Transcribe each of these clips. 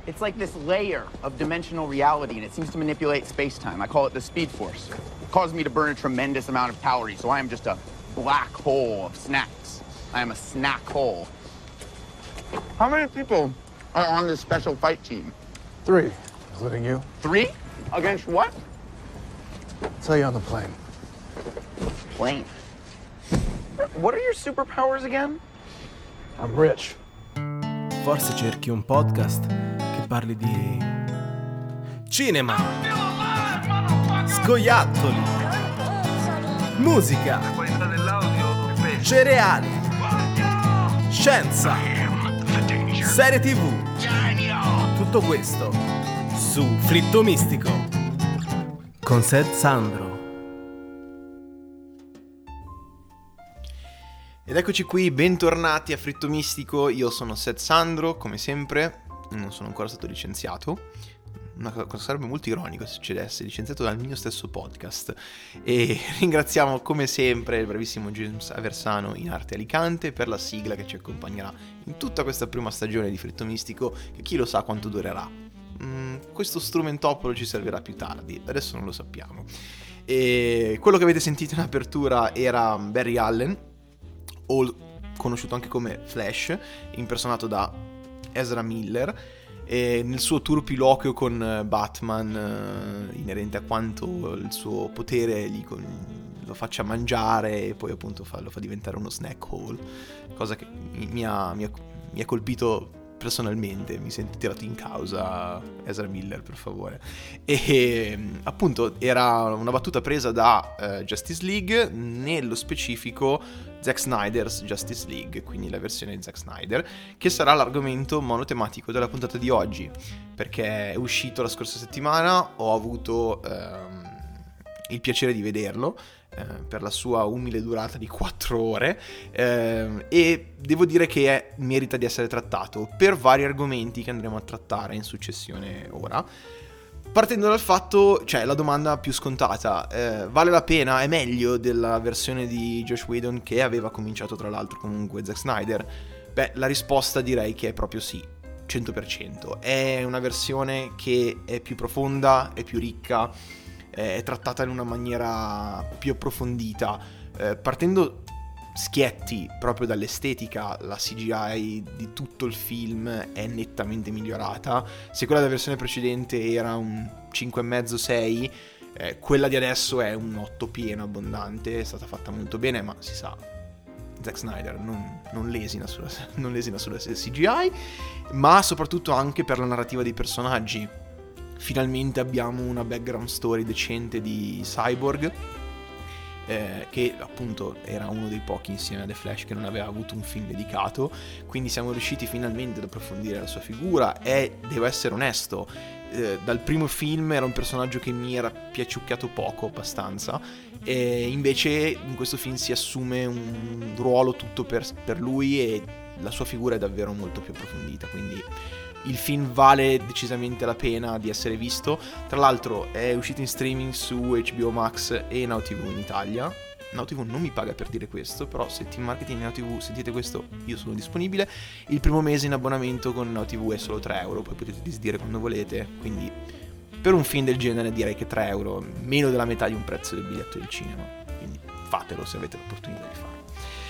It's like this layer of dimensional reality, and it seems to manipulate space-time. I call it the Speed Force. It causes me to burn a tremendous amount of calories, so I am just a black hole of snacks. I am a snack hole. How many people are on this special fight team? 3, including you. 3? Against what? I'll tell you on the plane. Plane. What are your superpowers again? I'm rich. Forse cerchi un podcast che parli di cinema, scoiattoli, musica, cereali, scienza, serie TV. Tutto questo su Fritto Mistico con Seth Sandro. Ed eccoci qui, bentornati a Fritto Mistico. Io sono Seth Sandro, come sempre. Non sono ancora stato licenziato. Una cosa sarebbe molto ironica se succedesse, licenziato dal mio stesso podcast. E ringraziamo come sempre il bravissimo James Aversano in arte Alicante per la sigla che ci accompagnerà in tutta questa prima stagione di Fritto Mistico, che chi lo sa quanto durerà. Questo strumentopolo ci servirà più tardi, adesso non lo sappiamo. E quello che avete sentito in apertura era Barry Allen, o conosciuto anche come Flash, impersonato da Ezra Miller, e nel suo turpiloquio con Batman, inerente a quanto il suo potere lo faccia mangiare e poi appunto lo fa diventare uno snack hole, cosa che mi ha colpito personalmente. Mi sento tirato in causa, Ezra Miller, per favore. E appunto era una battuta presa da Justice League, nello specifico Zack Snyder's Justice League, quindi la versione di Zack Snyder, che sarà l'argomento monotematico della puntata di oggi, perché è uscito la scorsa settimana, ho avuto il piacere di vederlo per la sua umile durata di 4 ore, e devo dire che merita di essere trattato per vari argomenti che andremo a trattare in successione ora. Partendo dal fatto, cioè la domanda più scontata, vale la pena? È meglio della versione di Joss Whedon, che aveva cominciato tra l'altro comunque Zack Snyder? Beh, la risposta direi che è proprio sì, 100%. È una versione che è più profonda, è più ricca, è trattata in una maniera più approfondita, partendo schietti proprio dall'estetica. La CGI di tutto il film è nettamente migliorata. Se quella della versione precedente era un 5,5-6, quella di adesso è un 8 pieno abbondante. È stata fatta molto bene, ma si sa, Zack Snyder non lesina sulla CGI, ma soprattutto anche per la narrativa dei personaggi. Finalmente abbiamo una background story decente di Cyborg, che appunto era uno dei pochi insieme a The Flash che non aveva avuto un film dedicato, quindi siamo riusciti finalmente ad approfondire la sua figura. E devo essere onesto, dal primo film era un personaggio che mi era piaciucchiato poco, abbastanza, e invece in questo film si assume un ruolo tutto per lui e la sua figura è davvero molto più approfondita, quindi il film vale decisamente la pena di essere visto. Tra l'altro è uscito in streaming su HBO Max e Now TV in Italia. Now TV non mi paga per dire questo, però se Team Marketing e Now TV sentite questo, io sono disponibile. Il primo mese in abbonamento con Now TV è solo 3 euro, poi potete disdire quando volete, quindi per un film del genere direi che 3 euro, meno della metà di un prezzo del biglietto del cinema, quindi fatelo se avete l'opportunità di farlo.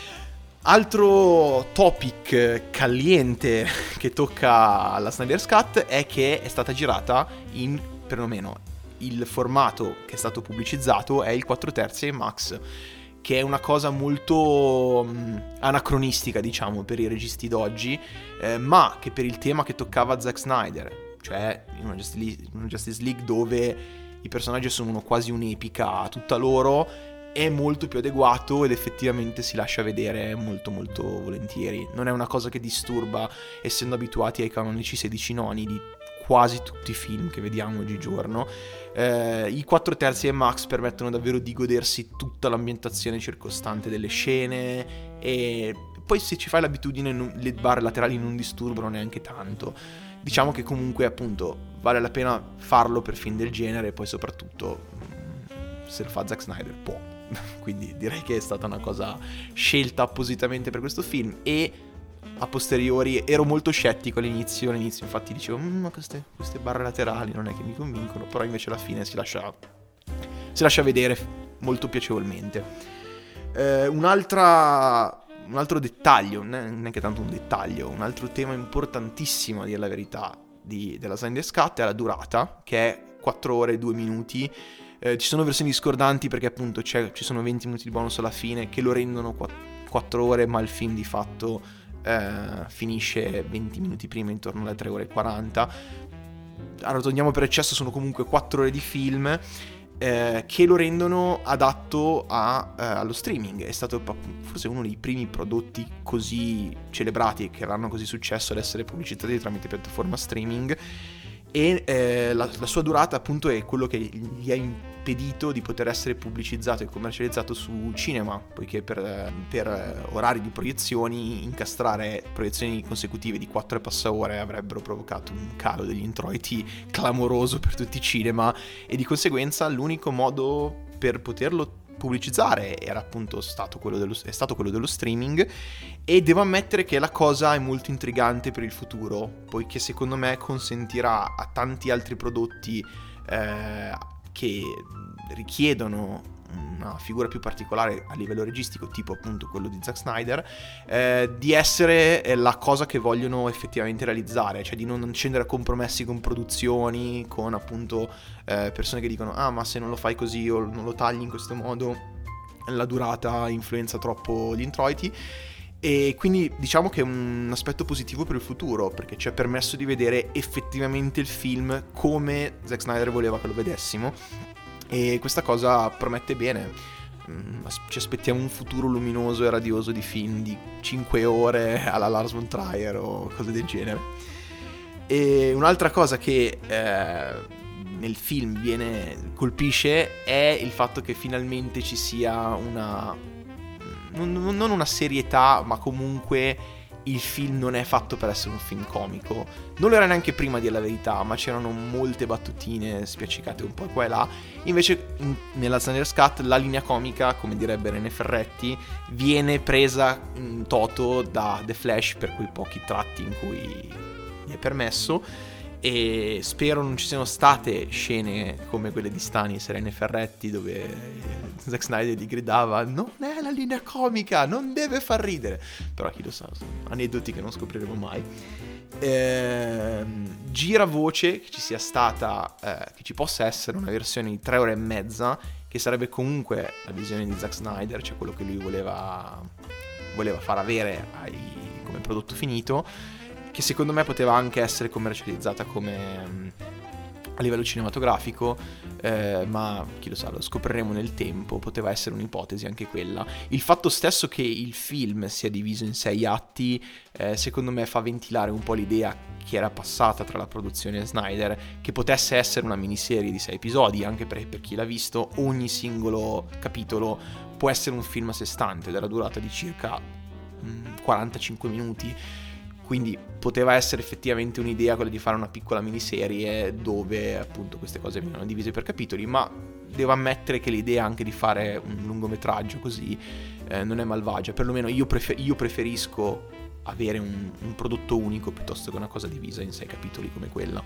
Altro topic caliente che tocca la Snyder's Cut è che è stata girata in, perlomeno il formato che è stato pubblicizzato è il 4/3 Max, che è una cosa molto anacronistica, diciamo, per i registi d'oggi, ma che per il tema che toccava Zack Snyder, cioè in una Justice League dove i personaggi sono quasi un'epica tutta loro, è molto più adeguato ed effettivamente si lascia vedere molto molto volentieri. Non è una cosa che disturba, essendo abituati ai canonici 16 noni di quasi tutti i film che vediamo oggigiorno. I 4/3 e Max permettono davvero di godersi tutta l'ambientazione circostante delle scene, e poi se ci fai l'abitudine le barre laterali non disturbano neanche tanto. Diciamo che comunque appunto vale la pena farlo per film del genere, e poi soprattutto se lo fa Zack Snyder può. Quindi direi che è stata una cosa scelta appositamente per questo film, e a posteriori ero molto scettico all'inizio infatti dicevo ma queste barre laterali non è che mi convincono, però invece alla fine si lascia vedere molto piacevolmente. Un altro dettaglio, non è che tanto un dettaglio, un altro tema importantissimo a dire la verità della Snyder's Cut è la durata, che è 4 ore e 2 minuti. Ci sono versioni discordanti perché appunto ci sono 20 minuti di bonus alla fine che lo rendono 4 ore, ma il film di fatto finisce 20 minuti prima, intorno alle 3 ore e 40. Arrotondiamo per eccesso, sono comunque 4 ore di film che lo rendono adatto allo streaming. È stato forse uno dei primi prodotti così celebrati e che avranno così successo ad essere pubblicizzati tramite piattaforma streaming, e la sua durata appunto è quello che gli ha impedito di poter essere pubblicizzato e commercializzato su cinema, poiché per orari di proiezioni incastrare proiezioni consecutive di 4 e passa ore avrebbero provocato un calo degli introiti clamoroso per tutti i cinema, e di conseguenza l'unico modo per poterlo pubblicizzare era appunto stato quello dello streaming. E devo ammettere che la cosa è molto intrigante per il futuro, poiché secondo me consentirà a tanti altri prodotti che richiedono una figura più particolare a livello registico, tipo appunto quello di Zack Snyder, di essere la cosa che vogliono effettivamente realizzare, cioè di non scendere a compromessi con produzioni, con appunto persone che dicono ma se non lo fai così o non lo tagli in questo modo la durata influenza troppo gli introiti. E quindi diciamo che è un aspetto positivo per il futuro, perché ci ha permesso di vedere effettivamente il film come Zack Snyder voleva che lo vedessimo, e questa cosa promette bene. Ci aspettiamo un futuro luminoso e radioso di film di 5 ore alla Lars von Trier o cose del genere. E un'altra cosa che nel film colpisce è il fatto che finalmente ci sia non una serietà, ma comunque il film non è fatto per essere un film comico. Non lo era neanche prima, a dire la verità, ma c'erano molte battutine spiaccicate un po' qua e là. Invece nella Snyder's Cut la linea comica, come direbbe René Ferretti, viene presa in toto da The Flash per quei pochi tratti in cui gli è permesso. E spero non ci siano state scene come quelle di Stanis e René Ferretti dove Zack Snyder gli gridava non è la linea comica, non deve far ridere, però chi lo sa, sono aneddoti che non scopriremo mai. Gira voce che ci sia stata che ci possa essere una versione di 3 ore e mezza, che sarebbe comunque la visione di Zack Snyder, cioè quello che lui voleva far avere come prodotto finito, che secondo me poteva anche essere commercializzata come a livello cinematografico, ma chi lo sa, lo scopriremo nel tempo. Poteva essere un'ipotesi anche quella. Il fatto stesso che il film sia diviso in 6 atti secondo me fa ventilare un po' l'idea che era passata tra la produzione e Snyder, che potesse essere una miniserie di 6 episodi, anche per chi l'ha visto ogni singolo capitolo può essere un film a sé stante della durata di circa 45 minuti. Quindi poteva essere effettivamente un'idea quella di fare una piccola miniserie dove appunto queste cose venivano divise per capitoli, ma devo ammettere che l'idea anche di fare un lungometraggio così non è malvagia. Perlomeno io preferisco avere un prodotto unico piuttosto che una cosa divisa in 6 capitoli come quella.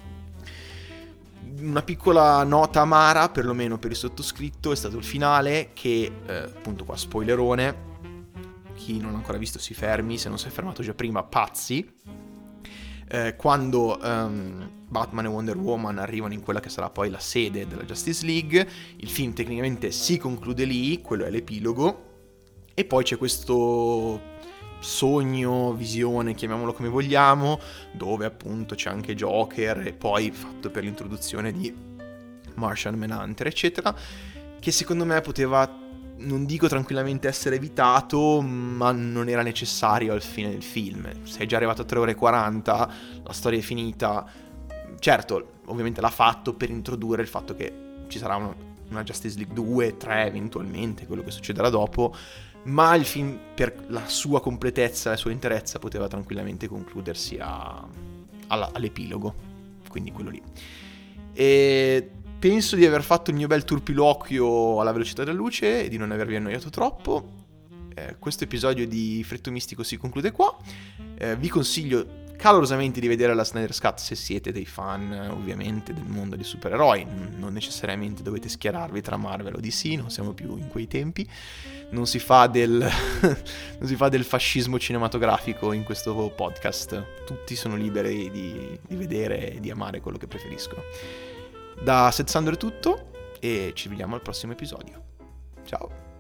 Una piccola nota amara, perlomeno per il sottoscritto, è stato il finale che, appunto qua spoilerone, chi non l'ha ancora visto si fermi, se non si è fermato già prima, pazzi. Quando Batman e Wonder Woman arrivano in quella che sarà poi la sede della Justice League, il film tecnicamente si conclude lì, quello è l'epilogo, e poi c'è questo sogno, visione, chiamiamolo come vogliamo, dove appunto c'è anche Joker e poi fatto per l'introduzione di Martian Manhunter eccetera, che secondo me poteva, non dico tranquillamente essere evitato, ma non era necessario al fine del film. Sei già arrivato a 3 ore e 40, la storia è finita. Certo, ovviamente l'ha fatto per introdurre il fatto che ci sarà una Justice League 2, 3 eventualmente, quello che succederà dopo, ma il film per la sua completezza, la sua interezza poteva tranquillamente concludersi all'epilogo, quindi quello lì. E penso di aver fatto il mio bel turpiloquio alla velocità della luce e di non avervi annoiato troppo. questo episodio di Fritto Mistico si conclude qua. Vi consiglio calorosamente di vedere la Snyder's Cut se siete dei fan, ovviamente, del mondo dei supereroi. Non necessariamente dovete schierarvi tra Marvel o DC, non siamo più in quei tempi. Non si fa del non si fa del fascismo cinematografico in questo podcast. Tutti sono liberi di vedere e di amare quello che preferiscono. Da Seth Sandro è tutto e ci vediamo al prossimo episodio. Ciao.